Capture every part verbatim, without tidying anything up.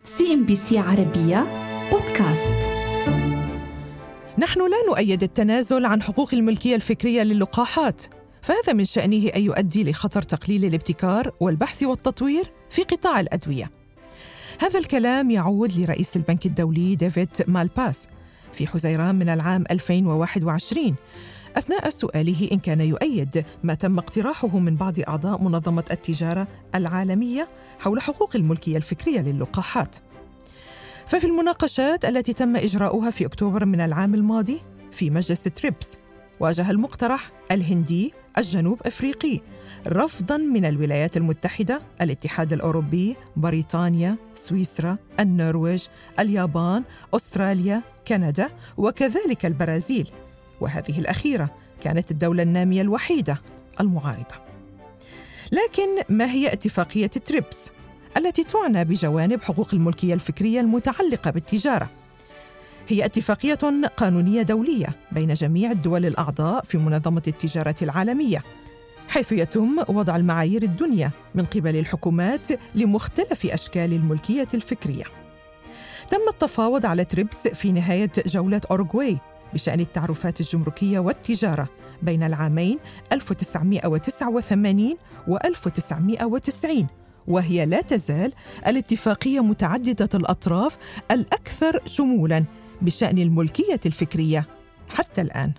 سي إم بي سي عربية بودكاست. نحن لا نؤيد التنازل عن حقوق الملكية الفكرية للقاحات، فهذا من شأنه أن يؤدي لخطر تقليل الابتكار والبحث والتطوير في قطاع الأدوية. هذا الكلام يعود لرئيس البنك الدولي ديفيد مالباس في حزيران من العام ألفين وواحد وعشرين أثناء سؤاله إن كان يؤيد ما تم اقتراحه من بعض أعضاء منظمة التجارة العالمية حول حقوق الملكية الفكرية للقاحات. ففي المناقشات التي تم إجراؤها في أكتوبر من العام الماضي في مجلس تريبس، واجه المقترح الهندي الجنوب أفريقي رفضاً من الولايات المتحدة، الاتحاد الأوروبي، بريطانيا، سويسرا، النرويج، اليابان، أستراليا، كندا، وكذلك البرازيل، وهذه الأخيرة كانت الدولة النامية الوحيدة المعارضة. لكن ما هي اتفاقية تريبس التي تعنى بجوانب حقوق الملكية الفكرية المتعلقة بالتجارة؟ هي اتفاقية قانونية دولية بين جميع الدول الأعضاء في منظمة التجارة العالمية، حيث يتم وضع المعايير الدنيا من قبل الحكومات لمختلف أشكال الملكية الفكرية. تم التفاوض على تريبس في نهاية جولة أوروغواي بشأن التعرفات الجمركية والتجارة بين العامين ألف وتسعمائة وتسعة وثمانين و ألف وتسعمائة وتسعين، وهي لا تزال الاتفاقية متعددة الأطراف الأكثر شمولاً بشأن الملكية الفكرية حتى الآن.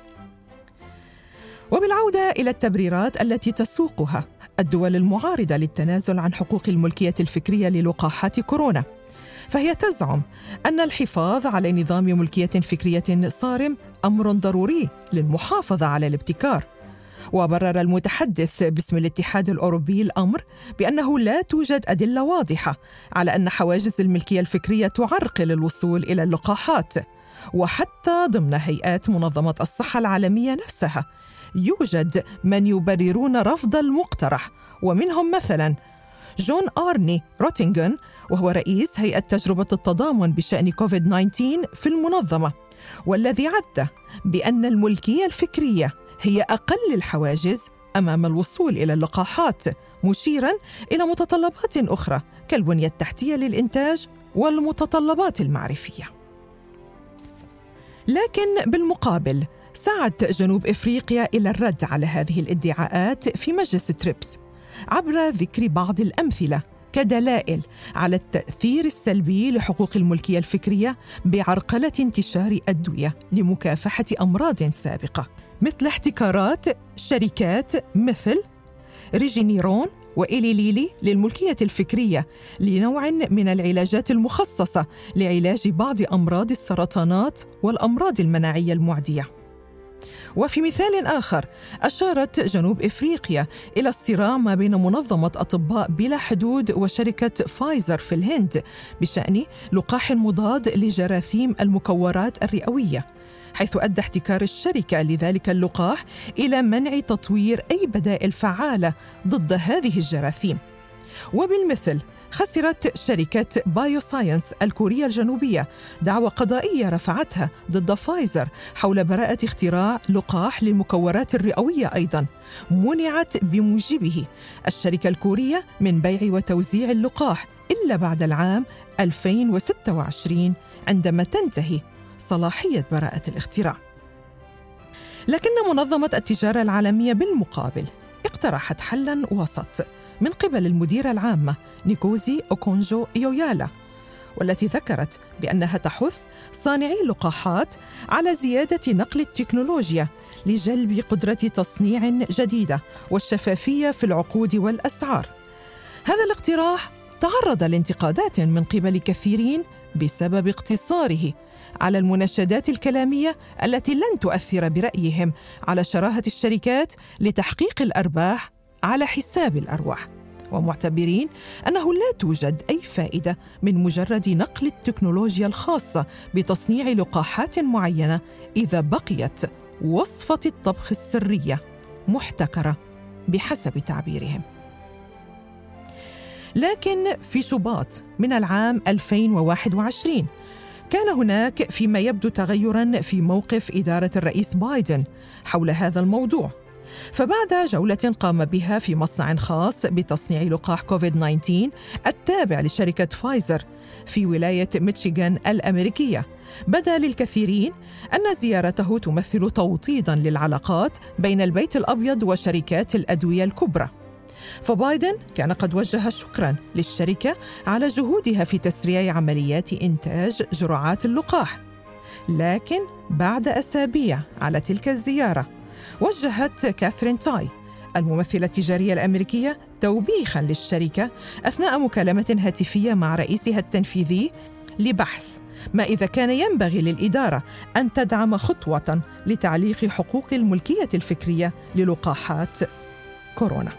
وبالعودة إلى التبريرات التي تسوقها الدول المعارضة للتنازل عن حقوق الملكية الفكرية للقاحات كورونا، فهي تزعم أن الحفاظ على نظام ملكية فكرية صارم أمر ضروري للمحافظة على الابتكار. وبرر المتحدث باسم الاتحاد الأوروبي الأمر بأنه لا توجد أدلة واضحة على أن حواجز الملكية الفكرية تعرقل الوصول إلى اللقاحات، وحتى ضمن هيئات منظمة الصحة العالمية نفسها يوجد من يبررون رفض المقترح، ومنهم مثلاً جون آرني روتينغن، وهو رئيس هيئة تجربة التضامن بشأن كوفيد تسعة عشر في المنظمة، والذي عد بأن الملكية الفكرية هي أقل الحواجز أمام الوصول إلى اللقاحات، مشيراً إلى متطلبات أخرى كالبنية التحتية للإنتاج والمتطلبات المعرفية. لكن بالمقابل سعت جنوب أفريقيا إلى الرد على هذه الادعاءات في مجلس تريبس عبر ذكر بعض الأمثلة كدلائل على التأثير السلبي لحقوق الملكية الفكرية بعرقلة انتشار أدوية لمكافحة أمراض سابقة، مثل احتكارات شركات مثل ريجينيرون وإيلي ليلي للملكية الفكرية لنوع من العلاجات المخصصة لعلاج بعض أمراض السرطانات والأمراض المناعية المعدية. وفي مثال آخر أشارت جنوب أفريقيا إلى الصراع ما بين منظمة أطباء بلا حدود وشركة فايزر في الهند بشأن لقاح مضاد لجراثيم المكورات الرئوية، حيث أدى احتكار الشركة لذلك اللقاح إلى منع تطوير أي بدائل فعالة ضد هذه الجراثيم. وبالمثل خسرت شركة بايو ساينس الكورية الجنوبية دعوى قضائية رفعتها ضد فايزر حول براءة اختراع لقاح للمكورات الرئوية، أيضاً منعت بموجبه الشركة الكورية من بيع وتوزيع اللقاح إلا بعد العام ألفين وستة وعشرين عندما تنتهي صلاحية براءة الاختراع. لكن منظمة التجارة العالمية بالمقابل اقترحت حلاً وسط من قبل المديرة العامة نيكوزي أوكونجو إيويالا، والتي ذكرت بأنها تحث صانعي اللقاحات على زيادة نقل التكنولوجيا لجلب قدرة تصنيع جديدة والشفافية في العقود والأسعار. هذا الاقتراح تعرض لانتقادات من قبل كثيرين بسبب اقتصاره على المناشدات الكلامية التي لن تؤثر برأيهم على شراهة الشركات لتحقيق الأرباح على حساب الأرواح، ومعتبرين أنه لا توجد أي فائدة من مجرد نقل التكنولوجيا الخاصة بتصنيع لقاحات معينة إذا بقيت وصفة الطبخ السرية محتكرة بحسب تعبيرهم. لكن في شباط من العام ألفين وواحد وعشرين كان هناك فيما يبدو تغيراً في موقف إدارة الرئيس بايدن حول هذا الموضوع، فبعد جولة قام بها في مصنع خاص بتصنيع لقاح كوفيد تسعة عشر التابع لشركة فايزر في ولاية ميشيغان الأمريكية، بدا للكثيرين أن زيارته تمثل توطيداً للعلاقات بين البيت الأبيض وشركات الأدوية الكبرى. فبايدن كان قد وجه شكراً للشركة على جهودها في تسريع عمليات إنتاج جرعات اللقاح. لكن بعد أسابيع على تلك الزيارة وجهت كاثرين تاي الممثلة التجارية الأمريكية توبيخاً للشركة أثناء مكالمة هاتفية مع رئيسها التنفيذي لبحث ما إذا كان ينبغي للإدارة أن تدعم خطوة لتعليق حقوق الملكية الفكرية للقاحات كورونا.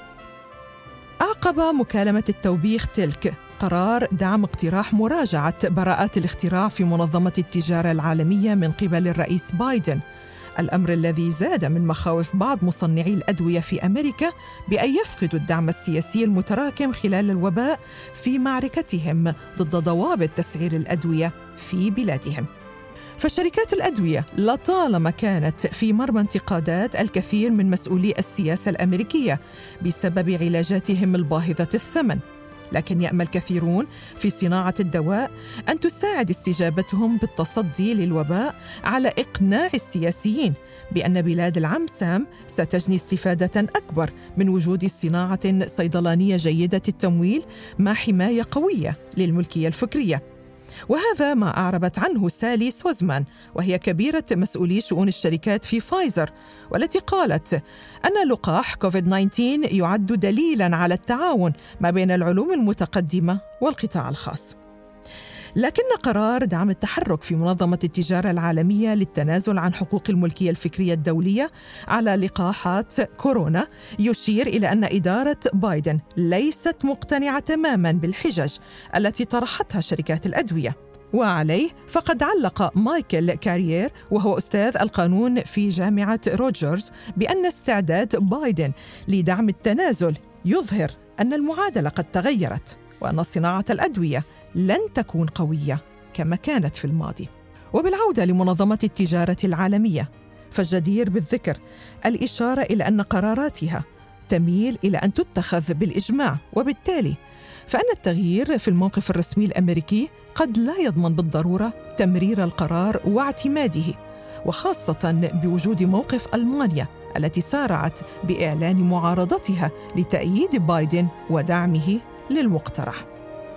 أعقب مكالمة التوبيخ تلك قرار دعم اقتراح مراجعة براءات الاختراع في منظمة التجارة العالمية من قبل الرئيس بايدن، الأمر الذي زاد من مخاوف بعض مصنعي الأدوية في أمريكا بأن يفقدوا الدعم السياسي المتراكم خلال الوباء في معركتهم ضد ضوابط تسعير الأدوية في بلادهم. فشركات الأدوية لطالما كانت في مرمى انتقادات الكثير من مسؤولي السياسة الأمريكية بسبب علاجاتهم الباهظة الثمن، لكن يأمل كثيرون في صناعة الدواء أن تساعد استجابتهم بالتصدي للوباء على إقناع السياسيين بأن بلاد العم سام ستجني استفادة أكبر من وجود صناعة صيدلانية جيدة التمويل مع حماية قوية للملكية الفكرية. وهذا ما أعربت عنه سالي سوزمان، وهي كبيرة مسؤولي شؤون الشركات في فايزر، والتي قالت أن لقاح كوفيد تسعة عشر يعد دليلاً على التعاون ما بين العلوم المتقدمة والقطاع الخاص. لكن قرار دعم التحرك في منظمة التجارة العالمية للتنازل عن حقوق الملكية الفكرية الدولية على لقاحات كورونا يشير إلى أن إدارة بايدن ليست مقتنعة تماماً بالحجج التي طرحتها شركات الأدوية. وعليه فقد علق مايكل كاريير وهو أستاذ القانون في جامعة روجرز بأن استعداد بايدن لدعم التنازل يظهر أن المعادلة قد تغيرت، وأن صناعة الأدوية لن تكون قوية كما كانت في الماضي. وبالعودة لمنظمة التجارة العالمية، فالجدير بالذكر الإشارة إلى أن قراراتها تميل إلى أن تتخذ بالإجماع، وبالتالي فإن التغيير في الموقف الرسمي الأمريكي قد لا يضمن بالضرورة تمرير القرار واعتماده، وخاصة بوجود موقف ألمانيا التي سارعت بإعلان معارضتها لتأييد بايدن ودعمه للمقترح.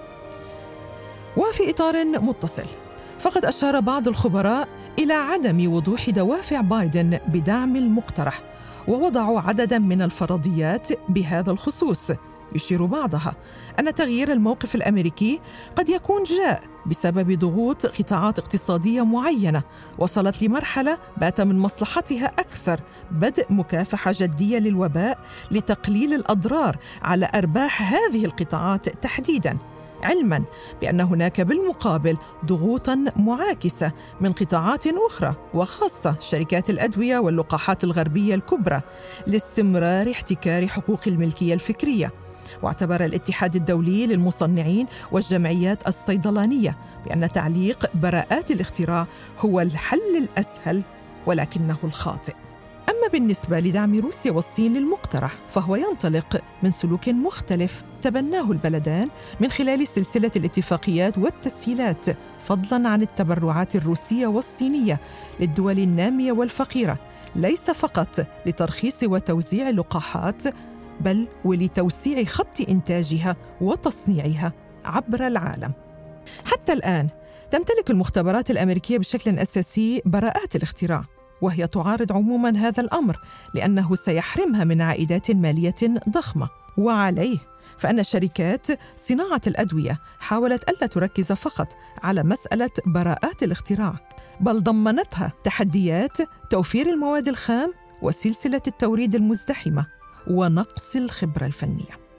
وفي إطار متصل، فقد أشار بعض الخبراء إلى عدم وضوح دوافع بايدن بدعم المقترح، ووضعوا عدداً من الفرضيات بهذا الخصوص، يشير بعضها أن تغيير الموقف الأمريكي قد يكون جاء بسبب ضغوط قطاعات اقتصادية معينة وصلت لمرحلة بات من مصلحتها أكثر بدء مكافحة جدية للوباء لتقليل الأضرار على أرباح هذه القطاعات تحديداً، علماً بأن هناك بالمقابل ضغوطاً معاكسة من قطاعات أخرى وخاصة شركات الأدوية واللقاحات الغربية الكبرى لاستمرار احتكار حقوق الملكية الفكرية. واعتبر الاتحاد الدولي للمصنعين والجمعيات الصيدلانية بأن تعليق براءات الاختراع هو الحل الأسهل ولكنه الخاطئ. أما بالنسبة لدعم روسيا والصين للمقترح، فهو ينطلق من سلوك مختلف تبناه البلدان من خلال سلسلة الاتفاقيات والتسهيلات، فضلاً عن التبرعات الروسية والصينية للدول النامية والفقيرة، ليس فقط لترخيص وتوزيع اللقاحات بل ولتوسيع خط إنتاجها وتصنيعها عبر العالم. حتى الآن تمتلك المختبرات الأمريكية بشكل أساسي براءات الاختراع، وهي تعارض عموماً هذا الأمر لأنه سيحرمها من عائدات مالية ضخمة. وعليه فإن شركات صناعة الأدوية حاولت ألا تركز فقط على مسألة براءات الاختراع، بل ضمنتها تحديات توفير المواد الخام وسلسلة التوريد المزدحمة ونقص الخبرة الفنية.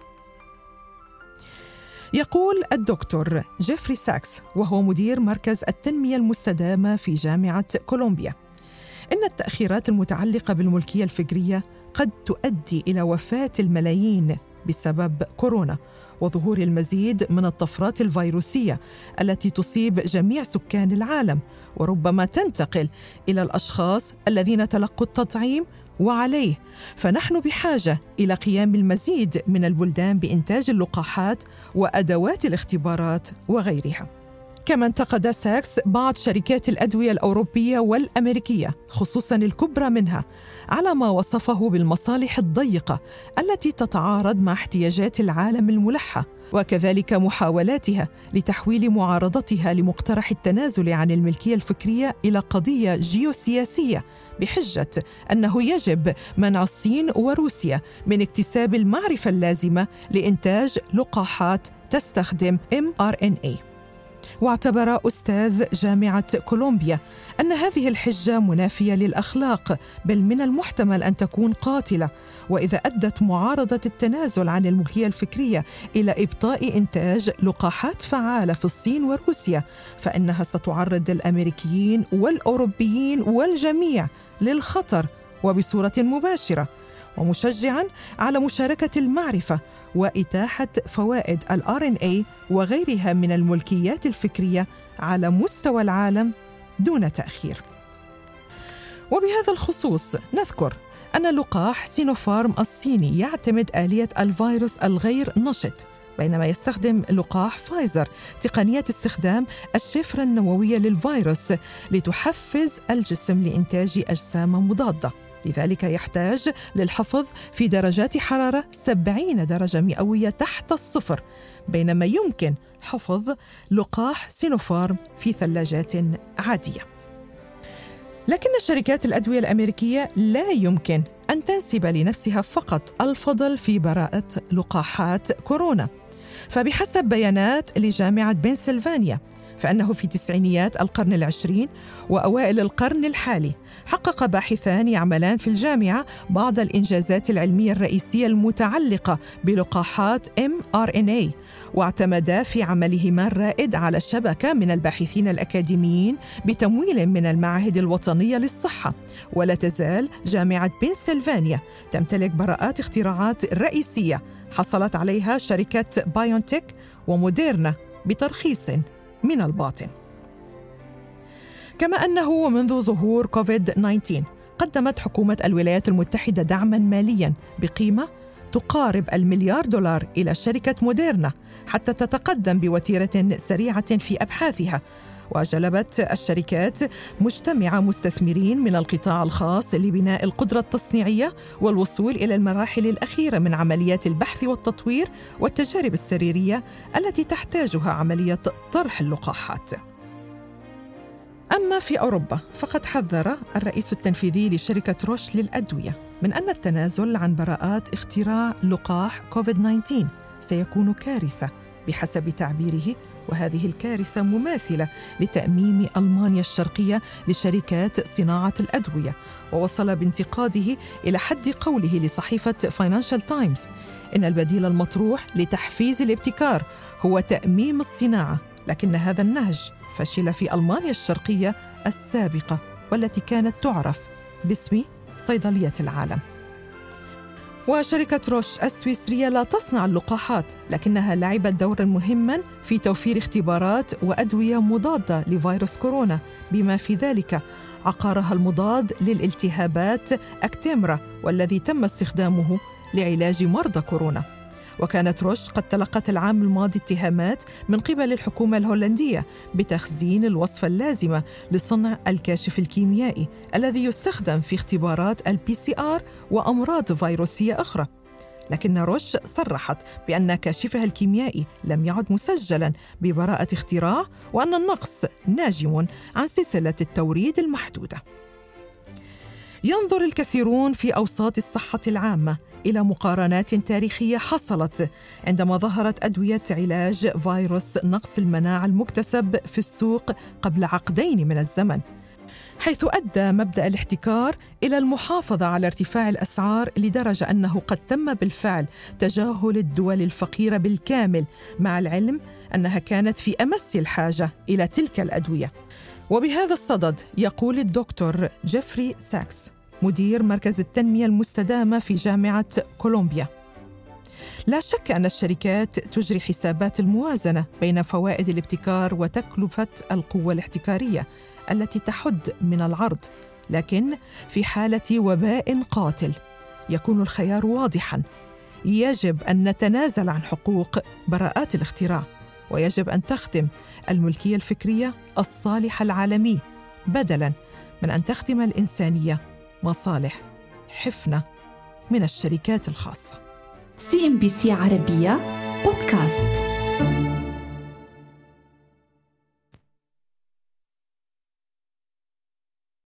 يقول الدكتور جيفري ساكس وهو مدير مركز التنمية المستدامة في جامعة كولومبيا إن التأخيرات المتعلقة بالملكية الفكرية قد تؤدي إلى وفاة الملايين بسبب كورونا وظهور المزيد من الطفرات الفيروسية التي تصيب جميع سكان العالم، وربما تنتقل إلى الأشخاص الذين تلقوا التطعيم وعليه، فنحن بحاجة إلى قيام المزيد من البلدان بإنتاج اللقاحات وأدوات الاختبارات وغيرها. كما انتقد ساكس بعض شركات الأدوية الأوروبية والأمريكية، خصوصاً الكبرى منها، على ما وصفه بالمصالح الضيقة التي تتعارض مع احتياجات العالم الملحة، وكذلك محاولاتها لتحويل معارضتها لمقترح التنازل عن الملكية الفكرية إلى قضية جيوسياسية، بحجة أنه يجب منع الصين وروسيا من اكتساب المعرفة اللازمة لإنتاج لقاحات تستخدم إم آر إن إيه. واعتبر أستاذ جامعة كولومبيا أن هذه الحجة منافية للأخلاق، بل من المحتمل أن تكون قاتلة، وإذا أدت معارضة التنازل عن الملكية الفكرية إلى إبطاء إنتاج لقاحات فعالة في الصين وروسيا، فإنها ستعرض الأمريكيين والأوروبيين والجميع للخطر وبصورة مباشرة، ومشجعاً على مشاركة المعرفة وإتاحة فوائد ال آر إن إيه وغيرها من الملكيات الفكرية على مستوى العالم دون تأخير. وبهذا الخصوص نذكر أن لقاح سينوفارم الصيني يعتمد آلية الفيروس الغير نشط، بينما يستخدم لقاح فايزر تقنية استخدام الشفرة النووية للفيروس لتحفز الجسم لإنتاج أجسام مضادة. لذلك يحتاج للحفظ في درجات حرارة سبعين درجة مئوية تحت الصفر، بينما يمكن حفظ لقاح سينوفارم في ثلاجات عادية. لكن شركات الأدوية الأمريكية لا يمكن أن تنسب لنفسها فقط الفضل في براءة لقاحات كورونا، فبحسب بيانات لجامعة بنسلفانيا فإنه في تسعينيات القرن العشرين وأوائل القرن الحالي حقق باحثان يعملان في الجامعة بعض الإنجازات العلمية الرئيسية المتعلقة بلقاحات إم آر إن إيه، واعتمدا في عملهما الرائد على شبكة من الباحثين الأكاديميين بتمويل من المعاهد الوطنية للصحة. ولا تزال جامعة بنسلفانيا تمتلك براءات اختراعات رئيسية حصلت عليها شركة بايونتك وموديرنا بترخيص من الباطن. كما أنه ومنذ ظهور كوفيد تسعة عشر قدمت حكومة الولايات المتحدة دعماً مالياً بقيمة تقارب المليار دولار إلى شركة موديرنا حتى تتقدم بوتيرة سريعة في أبحاثها، وجلبت الشركات مجتمع مستثمرين من القطاع الخاص لبناء القدرة التصنيعية والوصول إلى المراحل الأخيرة من عمليات البحث والتطوير والتجارب السريرية التي تحتاجها عملية طرح اللقاحات. أما في أوروبا فقد حذر الرئيس التنفيذي لشركة روش للأدوية من أن التنازل عن براءات اختراع لقاح كوفيد تسعة عشر سيكون كارثة بحسب تعبيره، وهذه الكارثة مماثلة لتأميم ألمانيا الشرقية لشركات صناعة الأدوية. ووصل بانتقاده إلى حد قوله لصحيفة فاينانشال تايمز إن البديل المطروح لتحفيز الابتكار هو تأميم الصناعة، لكن هذا النهج فشل في ألمانيا الشرقية السابقة والتي كانت تعرف باسم صيدلية العالم. وشركة روش السويسرية لا تصنع اللقاحات، لكنها لعبت دوراً مهماً في توفير اختبارات وأدوية مضادة لفيروس كورونا، بما في ذلك عقارها المضاد للالتهابات أكتيمرا والذي تم استخدامه لعلاج مرضى كورونا. وكانت روش قد تلقت العام الماضي اتهامات من قبل الحكومة الهولندية بتخزين الوصفة اللازمة لصنع الكاشف الكيميائي الذي يستخدم في اختبارات البي سي آر وأمراض فيروسية أخرى. لكن روش صرحت بأن كاشفها الكيميائي لم يعد مسجلاً ببراءة اختراع، وأن النقص ناجم عن سلسلة التوريد المحدودة. ينظر الكثيرون في أوساط الصحة العامة إلى مقارنات تاريخية حصلت عندما ظهرت أدوية علاج فيروس نقص المناعة المكتسب في السوق قبل عقدين من الزمن، حيث أدى مبدأ الاحتكار إلى المحافظة على ارتفاع الأسعار لدرجة أنه قد تم بالفعل تجاهل الدول الفقيرة بالكامل، مع العلم أنها كانت في أمس الحاجة إلى تلك الأدوية. وبهذا الصدد يقول الدكتور جيفري ساكس مدير مركز التنمية المستدامة في جامعة كولومبيا: لا شك أن الشركات تجري حسابات الموازنة بين فوائد الابتكار وتكلفة القوة الاحتكارية التي تحد من العرض، لكن في حالة وباء قاتل يكون الخيار واضحاً: يجب أن نتنازل عن حقوق براءات الاختراع، ويجب أن تخدم الملكية الفكرية الصالح العالمي بدلاً من أن تخدم الإنسانية مصالح حفنة من الشركات الخاصة. سي إم بي سي عربية بودكاست.